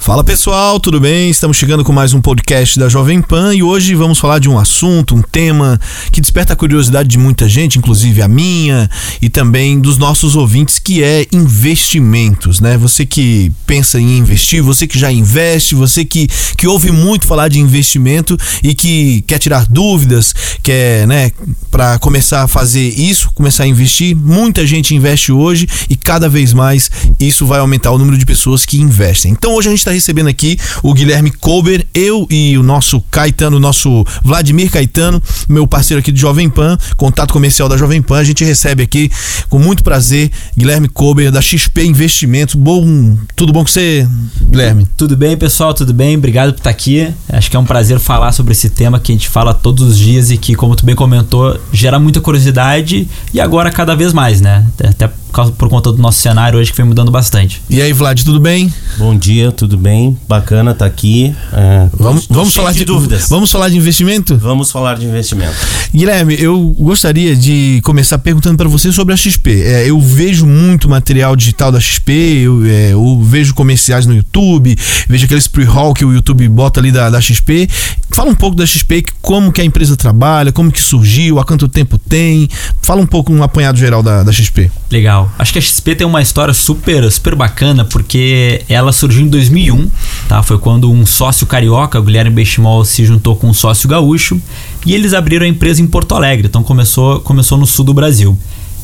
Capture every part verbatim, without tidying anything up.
Fala pessoal, tudo bem? Estamos chegando com mais um podcast da Jovem Pan e hoje vamos falar de um assunto, um tema que desperta a curiosidade de muita gente, inclusive a minha e também dos nossos ouvintes, que é investimentos, né? Você que pensa em investir, você que já investe, você que, que ouve muito falar de investimento e que quer tirar dúvidas, quer, né, para começar a fazer isso, começar a investir. Muita gente investe hoje e cada vez mais isso vai aumentar o número de pessoas que investem. Então hoje a gente está recebendo aqui o Guilherme Kober, eu e o nosso Caetano, o nosso Vladimir Caetano, meu parceiro aqui do Jovem Pan, contato comercial da Jovem Pan. A gente recebe aqui com muito prazer Guilherme Kober da X P Investimentos. Bom, tudo bom com você, Guilherme? Tudo bem, pessoal, tudo bem? Obrigado por estar aqui. Acho que é um prazer falar sobre esse tema que a gente fala todos os dias e que, como tu bem comentou, gera muita curiosidade e agora cada vez mais, né? Até por conta do nosso cenário hoje que vem mudando bastante. E aí, Vlad, tudo bem? Bom dia, tudo bem? Bacana estar aqui. É, vamos vamos falar de, de dúvidas. Vamos falar de investimento? Vamos falar de investimento. Guilherme, eu gostaria de começar perguntando para você sobre a X P. É, eu vejo muito material digital da X P, eu, é, eu vejo comerciais no YouTube, vejo aqueles pre-roll que o YouTube bota ali da, da X P. Fala um pouco da X P, como que a empresa trabalha, como que surgiu, há quanto tempo tem. Fala um pouco, um apanhado geral da, da X P. Legal. Acho que a X P tem uma história super, super bacana, porque ela surgiu em dois mil e um, tá? Foi quando um sócio carioca, o Guilherme Benchimol, se juntou com um sócio gaúcho e eles abriram a empresa em Porto Alegre. Então começou, começou no sul do Brasil.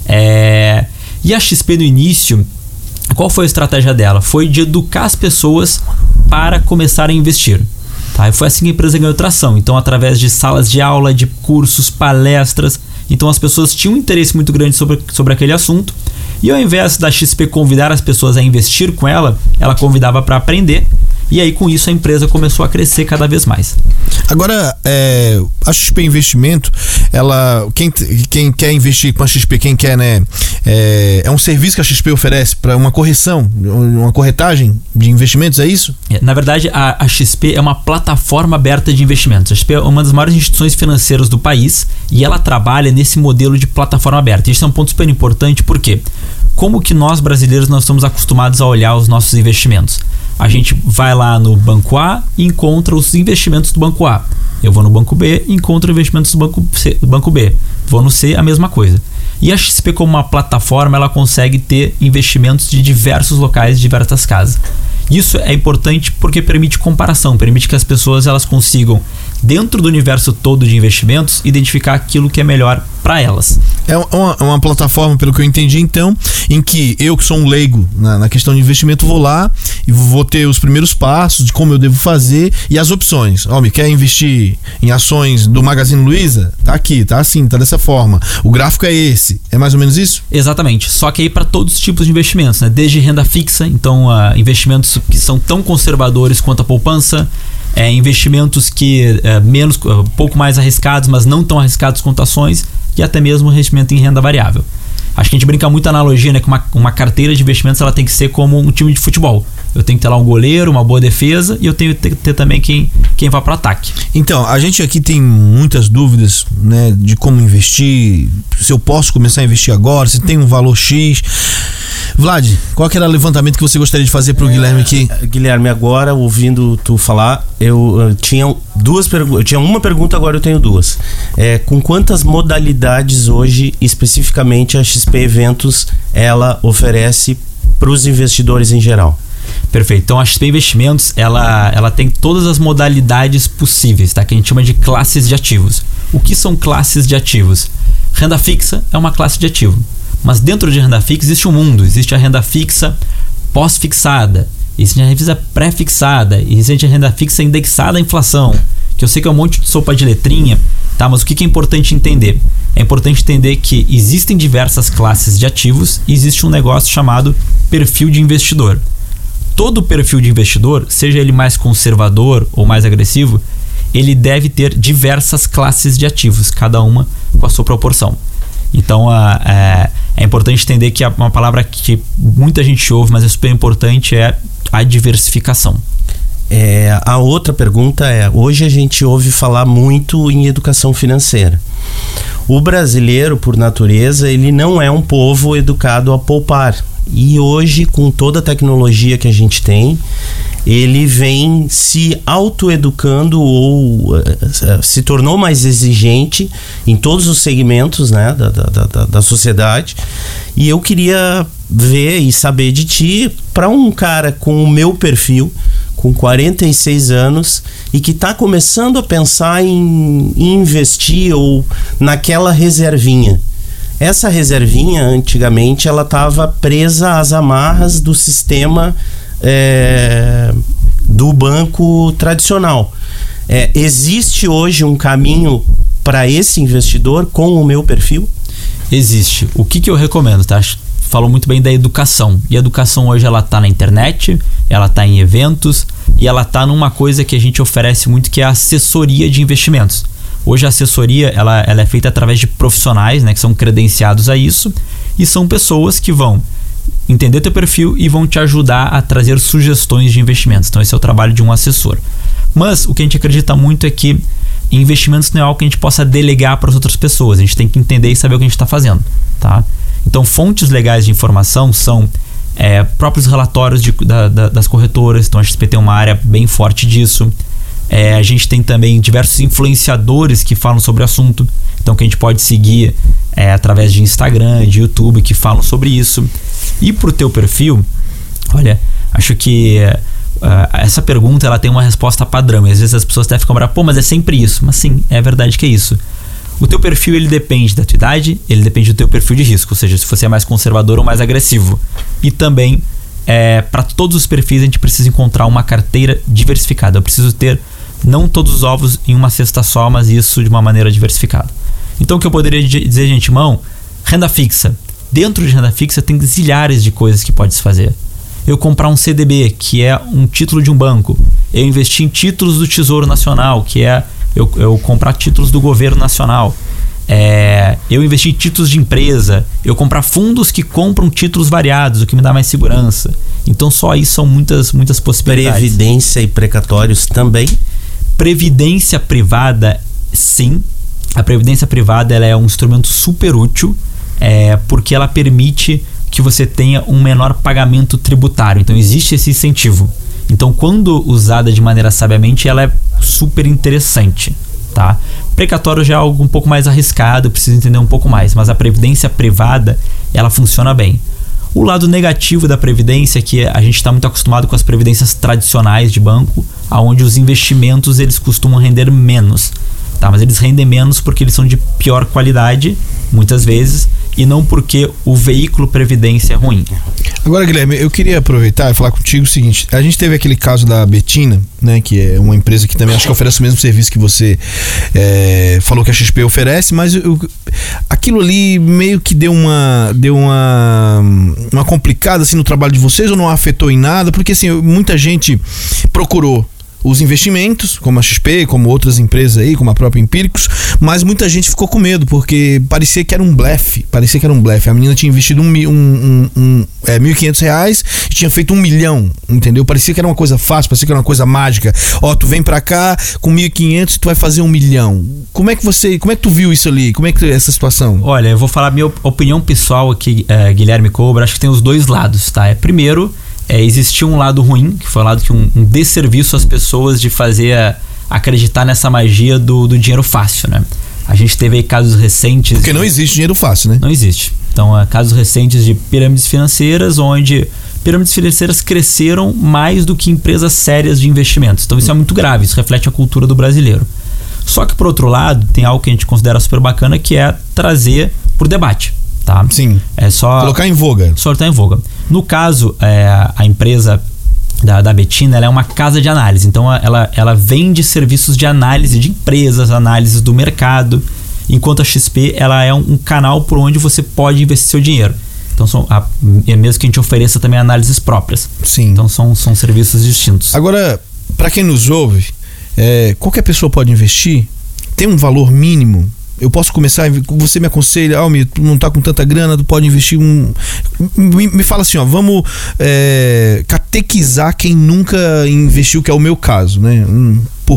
É... E a X P no início, qual foi a estratégia dela? Foi de educar as pessoas para começar a investir. Tá? E foi assim que a empresa ganhou tração. Então, através de salas de aula, de cursos, palestras. Então, as pessoas tinham um interesse muito grande sobre, sobre aquele assunto. E ao invés da X P convidar as pessoas a investir com ela, ela convidava para aprender. E aí, com isso, a empresa começou a crescer cada vez mais. Agora, é, a X P Investimento, ela, quem, quem quer investir com a X P, quem quer, né, é, é um serviço que a X P oferece para uma correção, uma corretagem de investimentos, é isso? É, na verdade, a, a X P é uma plataforma aberta de investimentos. A X P é uma das maiores instituições financeiras do país e ela trabalha nesse modelo de plataforma aberta. Isso é um ponto super importante, porque como que nós brasileiros nós estamos acostumados a olhar os nossos investimentos? A gente vai lá no banco A e encontra os investimentos do banco A. Eu vou no banco B e encontro investimentos do banco, C, do banco B. Vou no C, a mesma coisa. E a X P, como uma plataforma, ela consegue ter investimentos de diversos locais, de diversas casas. Isso é importante porque permite comparação, permite que as pessoas elas consigam, dentro do universo todo de investimentos, identificar aquilo que é melhor para elas. É uma, uma plataforma, pelo que eu entendi, então, em que eu, que sou um leigo na, na questão de investimento, vou lá e vou ter os primeiros passos de como eu devo fazer e as opções. Ó, me quer investir em ações do Magazine Luiza? Tá aqui, tá assim, tá dessa forma. O gráfico é esse. É mais ou menos isso? Exatamente. Só que aí para todos os tipos de investimentos, né? Desde renda fixa, então uh, investimentos que são tão conservadores quanto a poupança, é, investimentos que é, menos, um pouco mais arriscados, mas não tão arriscados quanto ações, e até mesmo investimento em renda variável. Acho que a gente brinca muito a analogia, né? Que uma, uma carteira de investimentos ela tem que ser como um time de futebol. Eu tenho que ter lá um goleiro, uma boa defesa e eu tenho que ter, ter também quem, quem vá para o ataque. Então, a gente aqui tem muitas dúvidas, né, de como investir, se eu posso começar a investir agora, se tem um valor X. Vlad, qual que era o levantamento que você gostaria de fazer para o é, Guilherme aqui? Guilherme, agora, ouvindo tu falar, eu, eu tinha duas perguntas. Eu tinha uma pergunta, agora eu tenho duas. É, com quantas modalidades hoje, especificamente, a X P Eventos ela oferece para os investidores em geral? Perfeito. Então a X P Investimentos ela, ela tem todas as modalidades possíveis, tá? Que a gente chama de classes de ativos. O que são classes de ativos? Renda fixa é uma classe de ativo. Mas dentro de renda fixa existe um mundo. Existe a renda fixa pós-fixada, existe a renda fixa pré-fixada, existe a renda fixa indexada à inflação, que eu sei que é um monte de sopa de letrinha, tá? Mas o que é importante entender? É importante entender que existem diversas classes de ativos e existe um negócio chamado perfil de investidor. Todo perfil de investidor, seja ele mais conservador ou mais agressivo, ele deve ter diversas classes de ativos, cada uma com a sua proporção. Então a, é, é importante entender que uma palavra que muita gente ouve, mas é super importante, é a diversificação. É, a outra pergunta é, hoje a gente ouve falar muito em educação financeira. O brasileiro, por natureza, ele não é um povo educado a poupar. E hoje, com toda a tecnologia que a gente tem, ele vem se autoeducando ou uh, se tornou mais exigente em todos os segmentos, né, da, da, da, da sociedade. E eu queria ver e saber de ti, para um cara com o meu perfil, com quarenta e seis anos e que está começando a pensar em, em investir ou naquela reservinha. Essa reservinha, antigamente, ela estava presa às amarras do sistema é, do banco tradicional. É, existe hoje um caminho para esse investidor com o meu perfil? Existe. O que, que eu recomendo, tá? Falou muito bem da educação. E a educação hoje ela tá na internet, ela tá em eventos e ela tá numa coisa que a gente oferece muito, que é a assessoria de investimentos. Hoje a assessoria ela, ela é feita através de profissionais, né, que são credenciados a isso, e são pessoas que vão entender teu perfil e vão te ajudar a trazer sugestões de investimentos. Então esse é o trabalho de um assessor. Mas o que a gente acredita muito é que investimentos não é algo que a gente possa delegar para as outras pessoas. A gente tem que entender e saber o que a gente está fazendo, tá? Então fontes legais de informação são é, próprios relatórios de, da, da, das corretoras. Então a X P tem uma área bem forte disso. É, a gente tem também diversos influenciadores que falam sobre o assunto, então que a gente pode seguir é, através de Instagram, de YouTube, que falam sobre isso. E pro teu perfil, olha, acho que uh, essa pergunta ela tem uma resposta padrão, e às vezes as pessoas até ficam bravas, pô, mas é sempre isso. Mas sim, é verdade que é isso. O teu perfil ele depende da tua idade, ele depende do teu perfil de risco, ou seja, se você é mais conservador ou mais agressivo. E também, é, para todos os perfis a gente precisa encontrar uma carteira diversificada. Eu preciso ter não todos os ovos em uma cesta só, mas isso de uma maneira diversificada. Então o que eu poderia dizer de antemão, renda fixa. Dentro de renda fixa tem zilhares de coisas que pode se fazer. Eu comprar um C D B, que é um título de um banco. Eu investir em títulos do Tesouro Nacional, que é eu, eu comprar títulos do governo nacional. É, eu investir em títulos de empresa. Eu comprar fundos que compram títulos variados, o que me dá mais segurança. Então só aí são muitas, muitas possibilidades. Previdência e precatórios também? Previdência privada, sim. A previdência privada ela é um instrumento super útil, é, porque ela permite que você tenha um menor pagamento tributário. Então existe esse incentivo. Então quando usada de maneira sabiamente, ela é super interessante, tá? Precatório já é algo um pouco mais arriscado, preciso entender um pouco mais, mas a previdência privada ela funciona bem. O lado negativo da previdência é que a gente está muito acostumado com as previdências tradicionais de banco, onde os investimentos eles costumam render menos, tá? Mas eles rendem menos porque eles são de pior qualidade, muitas vezes, e não porque o veículo previdência é ruim. Agora, Guilherme, eu queria aproveitar e falar contigo o seguinte: a gente teve aquele caso da Betina, né, que é uma empresa que também acho que oferece o mesmo serviço que você é, falou que a X P oferece, mas eu, aquilo ali meio que deu uma deu uma uma complicada assim no trabalho de vocês, ou não afetou em nada? Porque assim, muita gente procurou os investimentos, como a X P, como outras empresas aí, como a própria Empíricos, mas muita gente ficou com medo, porque parecia que era um blefe, parecia que era um blefe. A menina tinha investido um, um, um, um, é, mil e quinhentos reais e tinha feito um milhão, entendeu? Parecia que era uma coisa fácil, parecia que era uma coisa mágica. Ó, tu vem pra cá com mil e quinhentos e tu vai fazer um milhão. Como é que você, como é que tu viu isso ali? Como é que essa situação? Olha, eu vou falar minha opinião pessoal aqui, é, Guilherme Cobra. Acho que tem os dois lados, tá? É, primeiro, É, existia um lado ruim, que foi o lado que um, um desserviço às pessoas de fazer a, acreditar nessa magia do, do dinheiro fácil, né? A gente teve aí casos recentes... Porque não existe dinheiro fácil, né? Não existe. Então, há casos recentes de pirâmides financeiras, onde pirâmides financeiras cresceram mais do que empresas sérias de investimentos. Então, isso é muito grave, isso reflete a cultura do brasileiro. Só que, por outro lado, tem algo que a gente considera super bacana, que é trazer por debate. Tá? Sim. É só colocar em voga. Só colocar em voga. No caso, é, a empresa da, da Betina, ela é uma casa de análise. Então, ela, ela vende serviços de análise de empresas, análises do mercado. Enquanto a X P, ela é um, um canal por onde você pode investir seu dinheiro. Então, são, a, é mesmo que a gente ofereça também análises próprias. Sim. Então, são, são serviços distintos. Agora, para quem nos ouve, é, qualquer pessoa pode investir? Tem um valor mínimo? Eu posso começar, você me aconselha, Almi, tu não tá com tanta grana, tu pode investir um... Me, me fala assim, ó, vamos é, catequizar quem nunca investiu, que é o meu caso, né? Um, por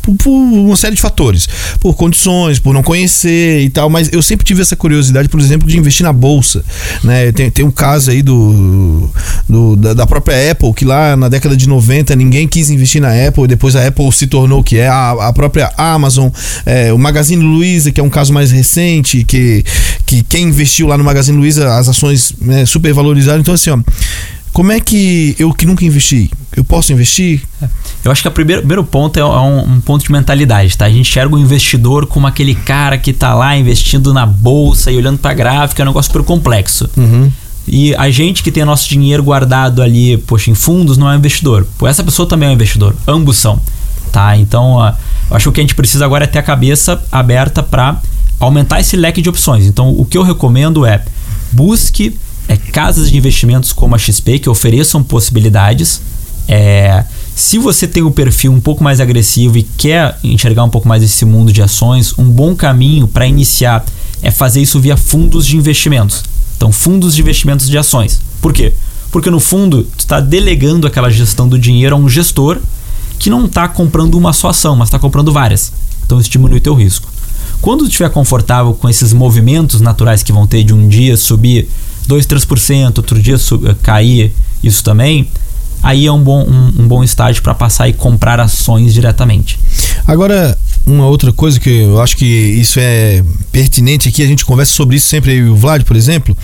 por, por uma série de fatores, por condições, por não conhecer e tal, mas eu sempre tive essa curiosidade, por exemplo, de investir na bolsa, né? Tem, tem um caso aí do, do da, da própria Apple, que lá na década de noventa ninguém quis investir na Apple, depois a Apple se tornou o que é, a, a própria Amazon, é, o Magazine Luiza, que é um caso mais recente, que, que quem investiu lá no Magazine Luiza, as ações, né, super valorizaram. Então assim, ó, como é que eu que nunca investi, eu posso investir? Eu acho que o primeiro, primeiro ponto é um, um ponto de mentalidade, tá? A gente enxerga o investidor como aquele cara que tá lá investindo na bolsa e olhando pra gráfica, é um negócio super complexo. Uhum. E a gente que tem nosso dinheiro guardado ali, poxa, em fundos, não é um investidor. Pô, essa pessoa também é um investidor, ambos são, tá? Então, uh, eu acho que o que a gente precisa agora é ter a cabeça aberta para aumentar esse leque de opções. Então, o que eu recomendo é busque é, casas de investimentos como a X P que ofereçam possibilidades. É, se você tem um perfil um pouco mais agressivo e quer enxergar um pouco mais esse mundo de ações, um bom caminho para iniciar é fazer isso via fundos de investimentos. Então, fundos de investimentos de ações. Por quê? Porque no fundo, tu está delegando aquela gestão do dinheiro a um gestor que não está comprando uma só ação, mas está comprando várias. Então, isso diminui o teu risco. Quando tu estiver confortável com esses movimentos naturais que vão ter de um dia subir dois, três por cento, outro dia sub, cair isso também, aí é um bom, um, um bom estágio para passar e comprar ações diretamente. Agora, uma outra coisa que eu acho que isso é pertinente aqui, a gente conversa sobre isso sempre, eu e o Vlad, por exemplo,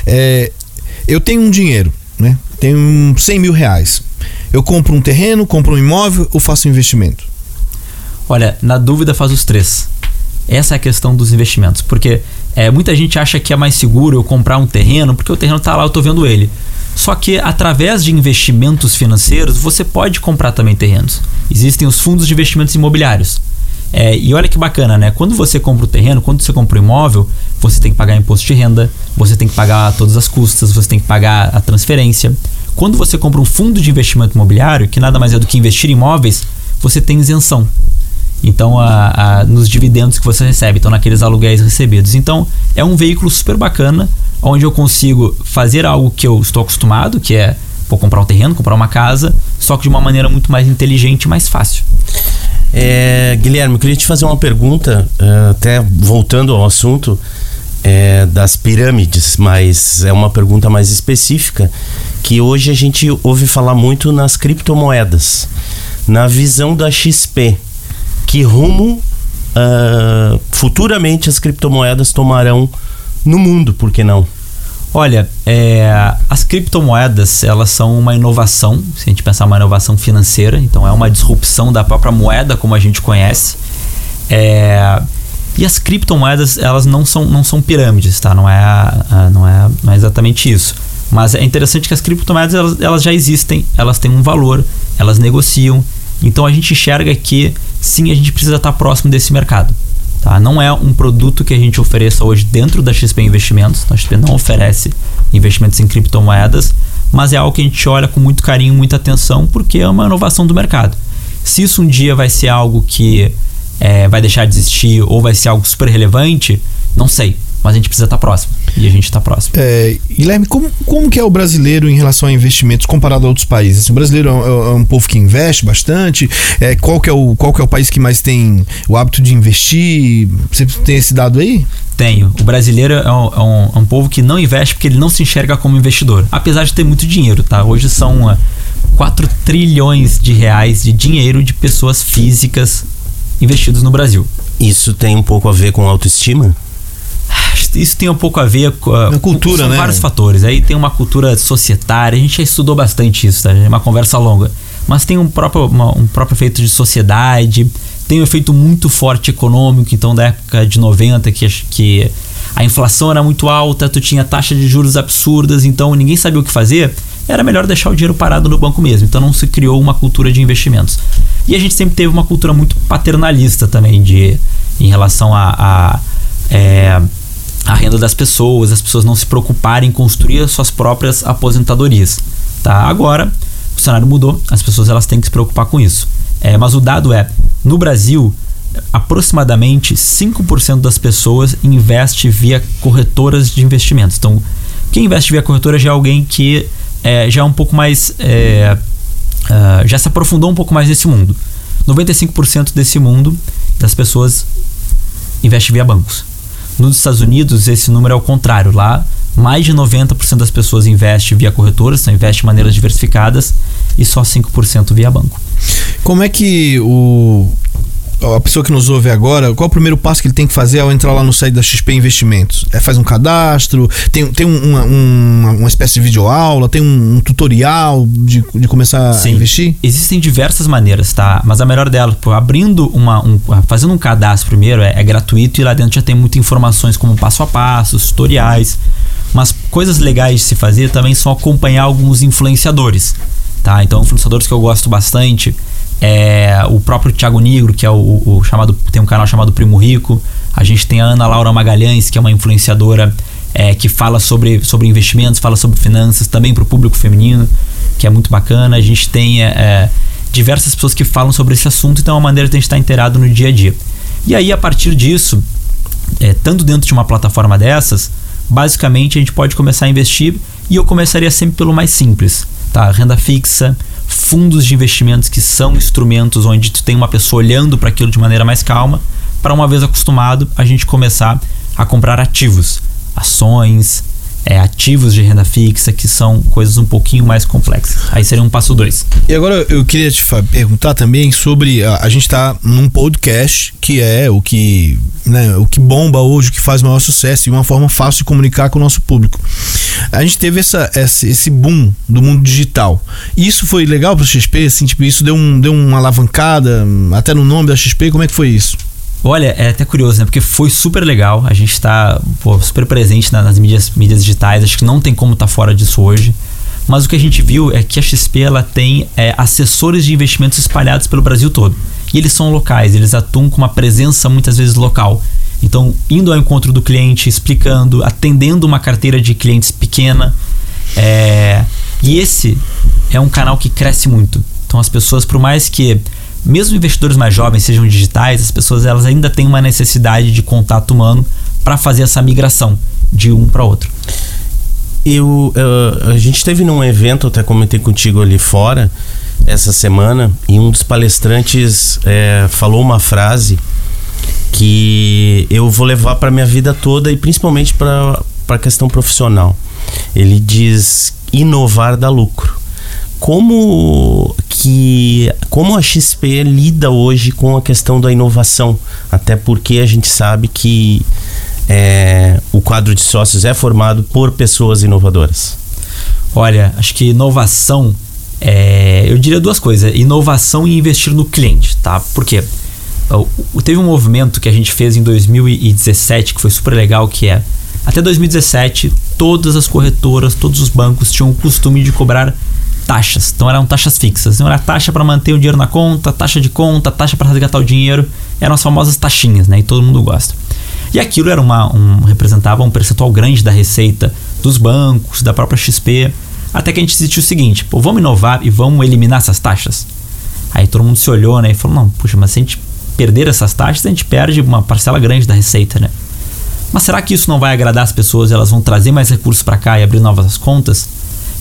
é, eu tenho um dinheiro, né? Tenho cem mil reais. Eu compro um terreno, compro um imóvel ou faço um investimento? Olha, na dúvida faz os três. Essa é a questão dos investimentos, porque é, muita gente acha que é mais seguro eu comprar um terreno, porque o terreno está lá, eu estou vendo ele. Só que através de investimentos financeiros, você pode comprar também terrenos. Existem os fundos de investimentos imobiliários. É, e olha que bacana, né? Quando você compra o terreno, quando você compra o imóvel, você tem que pagar imposto de renda, você tem que pagar todas as custas, você tem que pagar a transferência. Quando você compra um fundo de investimento imobiliário, que nada mais é do que investir em imóveis, você tem isenção. Então, a, a, nos dividendos que você recebe, então naqueles aluguéis recebidos. Então, é um veículo super bacana, onde eu consigo fazer algo que eu estou acostumado, que é pô, comprar um terreno, comprar uma casa, só que de uma maneira muito mais inteligente e mais fácil. É, Guilherme, eu queria te fazer uma pergunta, até voltando ao assunto é, das pirâmides, mas é uma pergunta mais específica, que hoje a gente ouve falar muito nas criptomoedas. Na visão da X P, que rumo uh, futuramente as criptomoedas tomarão no mundo, por que não? Olha, é, as criptomoedas, elas são uma inovação, se a gente pensar uma inovação financeira, então é uma disrupção da própria moeda como a gente conhece. É, e as criptomoedas, elas não são, não são pirâmides, tá? Não é, a, não, é, não é exatamente isso. Mas é interessante que as criptomoedas, elas, elas já existem, elas têm um valor, elas negociam. Então a gente enxerga que sim, a gente precisa estar próximo desse mercado. Tá? Não é um produto que a gente ofereça hoje dentro da X P Investimentos. A X P não oferece investimentos em criptomoedas, mas é algo que a gente olha com muito carinho, muita atenção, porque é uma inovação do mercado. Se isso um dia vai ser algo que é, vai deixar de existir ou vai ser algo super relevante, não sei. Mas a gente precisa estar próximo. E a gente está próximo. É, Guilherme, como, como que é o brasileiro em relação a investimentos comparado a outros países? Assim, o brasileiro é um, é um povo que investe bastante. É, qual, que é o, qual que é o país que mais tem o hábito de investir? Você tem esse dado aí? Tenho. O brasileiro é um, é, um, é um povo que não investe porque ele não se enxerga como investidor. Apesar de ter muito dinheiro, tá? Hoje são uh, quatro trilhões de reais de dinheiro de pessoas físicas investidos no Brasil. Isso tem um pouco a ver com autoestima? Isso tem um pouco a ver com a cultura, são né? vários fatores. Aí tem uma cultura societária, a gente já estudou bastante isso, tá? É uma conversa longa. Mas tem um próprio, uma, um próprio efeito de sociedade, tem um efeito muito forte econômico. Então, da época de noventa, que, que a inflação era muito alta, tu tinha taxa de juros absurdas, então ninguém sabia o que fazer, era melhor deixar o dinheiro parado no banco mesmo. Então não se criou uma cultura de investimentos. E a gente sempre teve uma cultura muito paternalista também de, em relação a... a é, a renda das pessoas, as pessoas não se preocuparem em construir as suas próprias aposentadorias, tá? Agora o cenário mudou, as pessoas elas têm que se preocupar com isso. É, mas o dado é, no Brasil, aproximadamente cinco por cento das pessoas investe via corretoras de investimentos. Então, quem investe via corretora já é alguém que é, já é um pouco mais é, uh, já se aprofundou um pouco mais nesse mundo. noventa e cinco por cento desse mundo das pessoas investe via bancos. Nos Estados Unidos, esse número é o contrário. Lá, mais de noventa por cento das pessoas investem via corretoras, então investem de maneiras diversificadas, e só cinco por cento via banco. Como é que o... a pessoa que nos ouve agora, qual é o primeiro passo que ele tem que fazer ao entrar lá no site da X P Investimentos? É, faz um cadastro, tem, tem uma, uma, uma espécie de videoaula, tem um, um tutorial de, de começar Sim, a investir? Existem diversas maneiras, tá? Mas a melhor delas, pô, abrindo uma, um, fazendo um cadastro primeiro é, é gratuito, e lá dentro já tem muitas informações como passo a passo, tutoriais. Mas coisas legais de se fazer também são acompanhar alguns influenciadores, tá? Então, influenciadores que eu gosto bastante é o próprio Thiago Nigro, que é o, o chamado, tem um canal chamado Primo Rico. A gente tem a Ana Laura Magalhães, que é uma influenciadora é, que fala sobre, sobre investimentos, fala sobre finanças, também para o público feminino, que é muito bacana. A gente tem é, diversas pessoas que falam sobre esse assunto, então é uma maneira de a gente estar inteirado no dia a dia. E aí, a partir disso, é, estando dentro de uma plataforma dessas, basicamente a gente pode começar a investir, e eu começaria sempre pelo mais simples, tá? Renda fixa, fundos de investimentos, que são instrumentos onde tu tem uma pessoa olhando para aquilo de maneira mais calma, para, uma vez acostumado, a gente começar a comprar ativos, ações, é, ativos de renda fixa, que são coisas um pouquinho mais complexas. Aí seria um passo dois. E agora eu queria te perguntar também sobre, a, a gente está num podcast que é o que, né, o que bomba hoje, o que faz o maior sucesso, e uma forma fácil de comunicar com o nosso público. A gente teve essa, essa, esse boom do mundo digital. E isso foi legal para o X P? Assim, tipo, isso deu, um, deu uma alavancada até no nome da X P? Como é que foi isso? Olha, é até curioso, né? Porque foi super legal. A gente tá pô, super presente nas mídias, mídias digitais. Acho que não tem como estar tá fora disso hoje. Mas o que a gente viu é que a X P ela tem é, assessores de investimentos espalhados pelo Brasil todo. E eles são locais, eles atuam com uma presença muitas vezes local. Então, indo ao encontro do cliente, explicando, atendendo uma carteira de clientes pequena. É... E esse é um canal que cresce muito. Então, as pessoas, por mais que mesmo investidores mais jovens sejam digitais, as pessoas elas ainda têm uma necessidade de contato humano para fazer essa migração de um para outro. Eu, uh, a gente esteve num evento, até comentei contigo ali fora essa semana, e um dos palestrantes é, falou uma frase que eu vou levar para minha vida toda, e principalmente para a questão profissional. Ele diz: inovar dá lucro. Como que como a X P lida hoje com a questão da inovação? Até porque a gente sabe que é, o quadro de sócios é formado por pessoas inovadoras. Olha, acho que inovação, é, eu diria duas coisas: inovação e investir no cliente, tá? Por quê? Teve um movimento que a gente fez em dois mil e dezessete que foi super legal, que é, até dois mil e dezessete, todas as corretoras, todos os bancos tinham o costume de cobrar taxas. Então eram taxas fixas. Então era taxa para manter o dinheiro na conta, taxa de conta, taxa para resgatar o dinheiro. Eram as famosas taxinhas, né? E todo mundo gosta. E aquilo era uma, um, representava um percentual grande da receita dos bancos, da própria X P. Até que a gente decidiu o seguinte: pô, vamos inovar e vamos eliminar essas taxas. Aí todo mundo se olhou, né? E falou: não, puxa, mas se a gente perder essas taxas, a gente perde uma parcela grande da receita, né? Mas será que isso não vai agradar as pessoas? Elas vão trazer mais recursos para cá e abrir novas contas?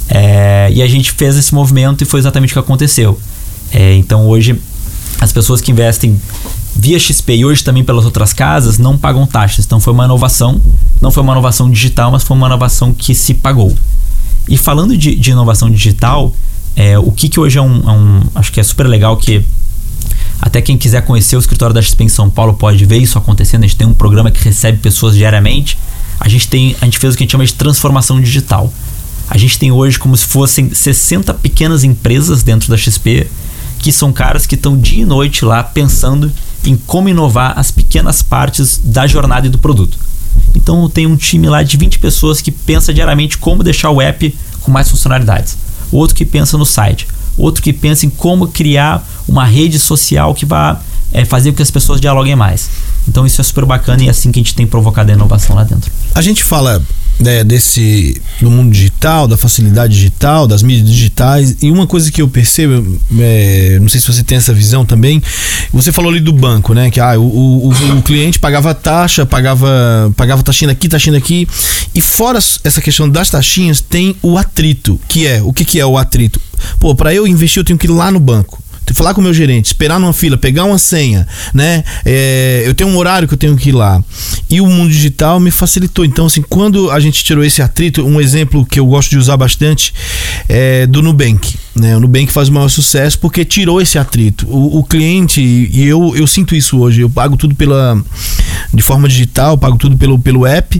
É, e a gente fez esse movimento, e foi exatamente o que aconteceu. É, então hoje as pessoas que investem via X P e hoje também pelas outras casas não pagam taxas. Então foi uma inovação, não foi uma inovação digital, mas foi uma inovação que se pagou. E falando de, de inovação digital, é, o que, que hoje é um, é um acho que é super legal, que até quem quiser conhecer o escritório da X P em São Paulo pode ver isso acontecendo. A gente tem um programa que recebe pessoas diariamente. A gente, tem, a gente fez o que a gente chama de transformação digital. A gente tem hoje como se fossem sessenta pequenas empresas dentro da X P, que são caras que estão dia e noite lá pensando em como inovar as pequenas partes da jornada e do produto. Então tem um time lá de vinte pessoas que pensa diariamente como deixar o app com mais funcionalidades. Outro que pensa no site. Outro que pensa em como criar uma rede social que vá é, fazer com que as pessoas dialoguem mais. Então isso é super bacana, e é assim que a gente tem provocado a inovação lá dentro. A gente fala, né, desse do mundo digital, da facilidade digital, das mídias digitais, e uma coisa que eu percebo, é, não sei se você tem essa visão também, você falou ali do banco, né, que ah, o, o, o cliente pagava taxa, pagava, pagava taxinha aqui, taxinha aqui, e fora essa questão das taxinhas, tem o atrito, que é, o que, que é o atrito? Pô, para eu investir eu tenho que ir lá no banco. falar com o meu gerente, esperar numa fila, pegar uma senha, né? É, eu tenho um horário que eu tenho que ir lá. E o mundo digital me facilitou. Então, assim, quando a gente tirou esse atrito, um exemplo que eu gosto de usar bastante é do Nubank, né? O Nubank faz o maior sucesso porque tirou esse atrito. O, o cliente, e eu, eu sinto isso hoje, eu pago tudo pela, de forma digital, pago tudo pelo, pelo app,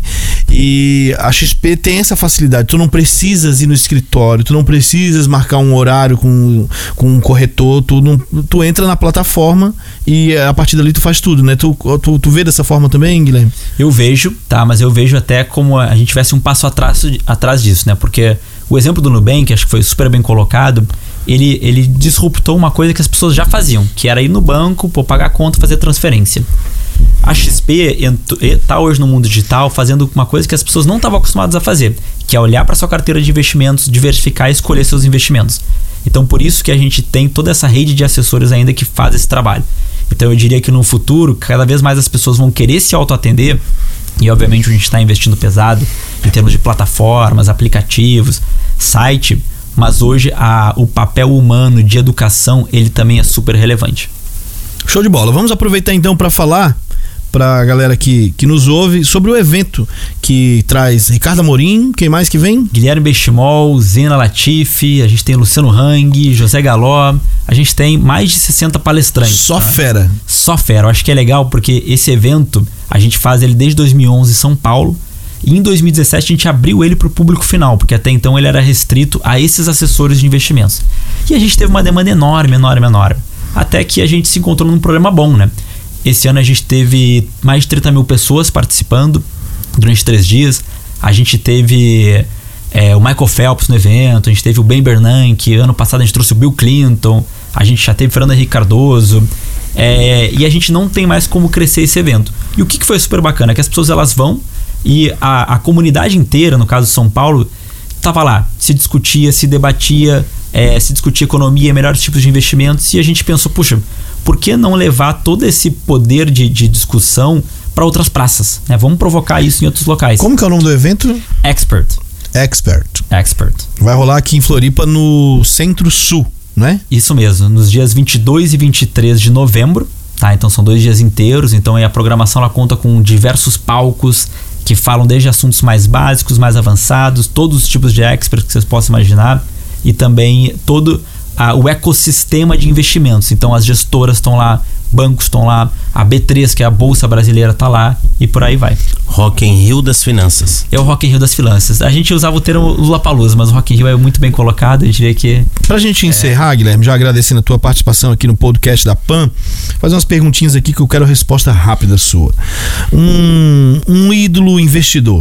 e a X P tem essa facilidade. Tu não precisas ir no escritório, tu não precisas marcar um horário com, com um corretor, tu, não, tu entra na plataforma e a partir dali tu faz tudo, né? Tu, tu, tu vê dessa forma também, Guilherme? Eu vejo, tá, mas eu vejo até como a gente tivesse um passo atrás, atrás disso, né? Porque o exemplo do Nubank, acho que foi super bem colocado, ele, ele disruptou uma coisa que as pessoas já faziam, que era ir no banco, pô, pagar a conta, fazer transferência. A X P está hoje no mundo digital fazendo uma coisa que as pessoas não estavam acostumadas a fazer, que é olhar para sua carteira de investimentos, diversificar e escolher seus investimentos. Então, por isso que a gente tem toda essa rede de assessores ainda que faz esse trabalho. Então, eu diria que no futuro, cada vez mais as pessoas vão querer se autoatender, e obviamente a gente está investindo pesado em termos de plataformas, aplicativos, site, mas hoje a, o papel humano de educação, ele também é super relevante. Show de bola. Vamos aproveitar então para falar para a galera que, que nos ouve sobre o evento que traz Ricardo Amorim, quem mais que vem? Guilherme Benchimol, Zena Latifi, a gente tem Luciano Hang, José Galó, a gente tem mais de sessenta palestrantes. Só tá? fera. Só fera. Eu acho que é legal porque esse evento a gente faz ele desde dois mil e onze em São Paulo, e em dois mil e dezessete a gente abriu ele para o público final, porque até então ele era restrito a esses assessores de investimentos. E a gente teve uma demanda enorme, enorme, enorme. Até que a gente se encontrou num problema bom, né? Esse ano a gente teve mais de trinta mil pessoas participando durante três dias. A gente teve é, o Michael Phelps no evento, a gente teve o Ben Bernanke, ano passado a gente trouxe o Bill Clinton, a gente já teve Fernando Henrique Cardoso, é, e a gente não tem mais como crescer esse evento. E o que, que foi super bacana? É que as pessoas elas vão e a, a comunidade inteira, no caso de São Paulo, estava lá, se discutia, se debatia, é, se discutia economia, melhores tipos de investimentos, e a gente pensou, puxa, por que não levar todo esse poder de, de discussão para outras praças, né? Vamos provocar isso em outros locais. Como que é o nome do evento? Expert. Expert. Expert. Vai rolar aqui em Floripa no Centro-Sul, né? Isso mesmo, nos dias vinte e dois e vinte e três de novembro, tá? Então são dois dias inteiros, então aí a programação ela conta com diversos palcos que falam desde assuntos mais básicos, mais avançados, todos os tipos de expert que vocês possam imaginar, e também todo a, o ecossistema de investimentos. Então as gestoras estão lá, bancos estão lá, a B três, que é a Bolsa Brasileira, está lá, e por aí vai. Rock in Rio das finanças. É o Rock in Rio das finanças. A gente usava o termo Lollapalooza, mas o Rock in Rio é muito bem colocado, eu diria que... Pra gente encerrar, é... Guilherme, já agradecendo a tua participação aqui no podcast da Pan, fazer umas perguntinhas aqui que eu quero a resposta rápida sua. Um, um ídolo investidor.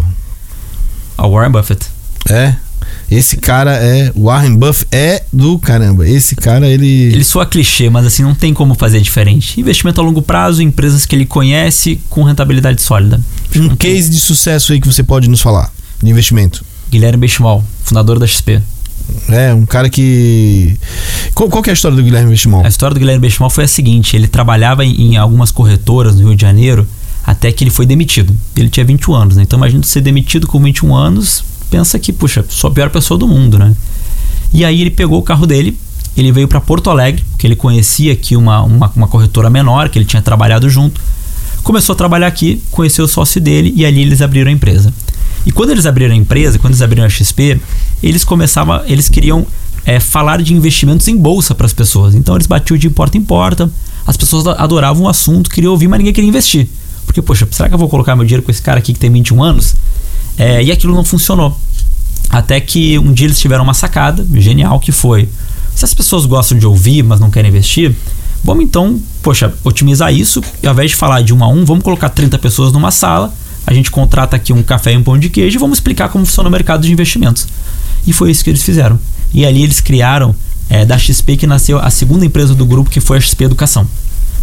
A Warren Buffett. É? Esse cara é... Warren Buffett é do caramba. Esse cara, ele... Ele soa clichê, mas assim, não tem como fazer diferente. Investimento a longo prazo, empresas que ele conhece com rentabilidade sólida. Um não case tem... de sucesso aí que você pode nos falar, de investimento. Guilherme Benchimol, fundador da X P. É, um cara que... Qual, qual que é a história do Guilherme Benchimol? A história do Guilherme Benchimol foi a seguinte, ele trabalhava em, em algumas corretoras no Rio de Janeiro, até que ele foi demitido. Ele tinha vinte e um anos, né? Então imagina ser demitido com vinte e um anos... Pensa que, puxa, sou a pior pessoa do mundo, né? E aí ele pegou o carro dele, ele veio para Porto Alegre, que ele conhecia aqui uma, uma, uma corretora menor, que ele tinha trabalhado junto. Começou a trabalhar aqui, conheceu o sócio dele e ali eles abriram a empresa. E quando eles abriram a empresa, quando eles abriram a X P, eles começavam, eles queriam é, falar de investimentos em bolsa para as pessoas. Então eles batiam de porta em porta, as pessoas adoravam o assunto, queriam ouvir, mas ninguém queria investir. Porque, poxa, será que eu vou colocar meu dinheiro com esse cara aqui que tem vinte e um anos? É, e aquilo não funcionou. Até que um dia eles tiveram uma sacada genial, que foi: se as pessoas gostam de ouvir, mas não querem investir, vamos então, poxa, otimizar isso, e ao invés de falar de um a um, vamos colocar trinta pessoas numa sala, a gente contrata aqui um café e um pão de queijo e vamos explicar como funciona o mercado de investimentos. E foi isso que eles fizeram. E ali eles criaram, é, da X P, que nasceu a segunda empresa do grupo, que foi a X P Educação.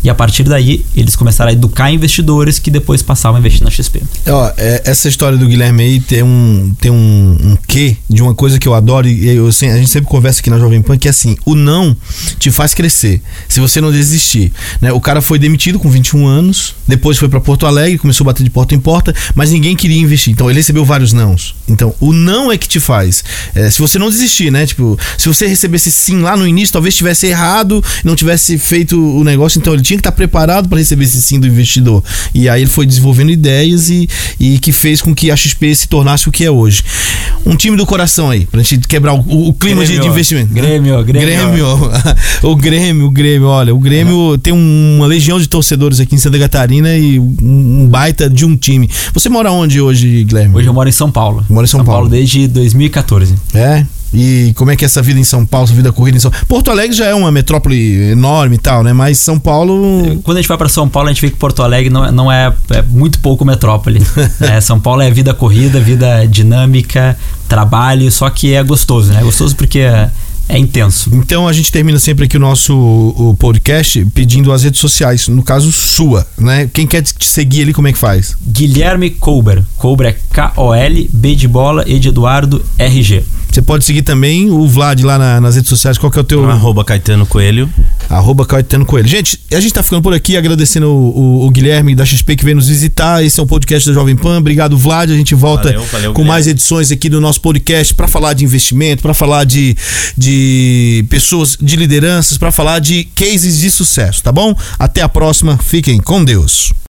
E a partir daí, eles começaram a educar investidores que depois passavam a investir na X P. Ó, é, essa história do Guilherme aí tem um, tem um, um quê de uma coisa que eu adoro e eu, assim, a gente sempre conversa aqui na Jovem Pan, que é assim, o não te faz crescer, se você não desistir, né? O cara foi demitido com vinte e um anos, depois foi pra Porto Alegre, começou a bater de porta em porta, mas ninguém queria investir, então ele recebeu vários nãos. Então, o não é que te faz. É, se você não desistir, né? Tipo, se você recebesse sim lá no início, talvez tivesse errado, não tivesse feito o negócio, então ele tinha que estar preparado para receber esse sim do investidor. E aí ele foi desenvolvendo ideias e, e que fez com que a X P se tornasse o que é hoje. Um time do coração aí, pra gente quebrar o, o clima de, de investimento. Grêmio, Grêmio. Grêmio. o Grêmio, o Grêmio, olha, o Grêmio uhum. tem uma legião de torcedores aqui em Santa Catarina e um baita de um time. Você mora onde hoje, Guilherme? Hoje eu moro em São Paulo. Moro em São, São Paulo. Paulo desde dois mil e catorze. É? E como é que é essa vida em São Paulo, essa vida corrida em São Paulo? Porto Alegre já é uma metrópole enorme e tal, né? Mas São Paulo... Quando a gente vai para São Paulo, a gente vê que Porto Alegre não, não é, é muito pouco metrópole. é, São Paulo é vida corrida, vida dinâmica, trabalho, só que é gostoso, né? É gostoso porque... É, É intenso. Então a gente termina sempre aqui o nosso o podcast pedindo as redes sociais, no caso sua, né? Quem quer te seguir ali, como é que faz? Guilherme Kolber. Kolber é K O L, B de bola, E de Eduardo, R G. Você pode seguir também o Vlad lá na, nas redes sociais. Qual que é o teu... Arroba Caetano Coelho. Arroba Caetano Coelho. Gente, a gente tá ficando por aqui agradecendo o, o, o Guilherme da X P que veio nos visitar. Esse é um podcast da Jovem Pan. Obrigado, Vlad. A gente volta valeu, valeu, com Guilherme. Mais edições aqui do nosso podcast para falar de investimento, para falar de, de pessoas, de lideranças, para falar de cases de sucesso, tá bom? Até a próxima. Fiquem com Deus.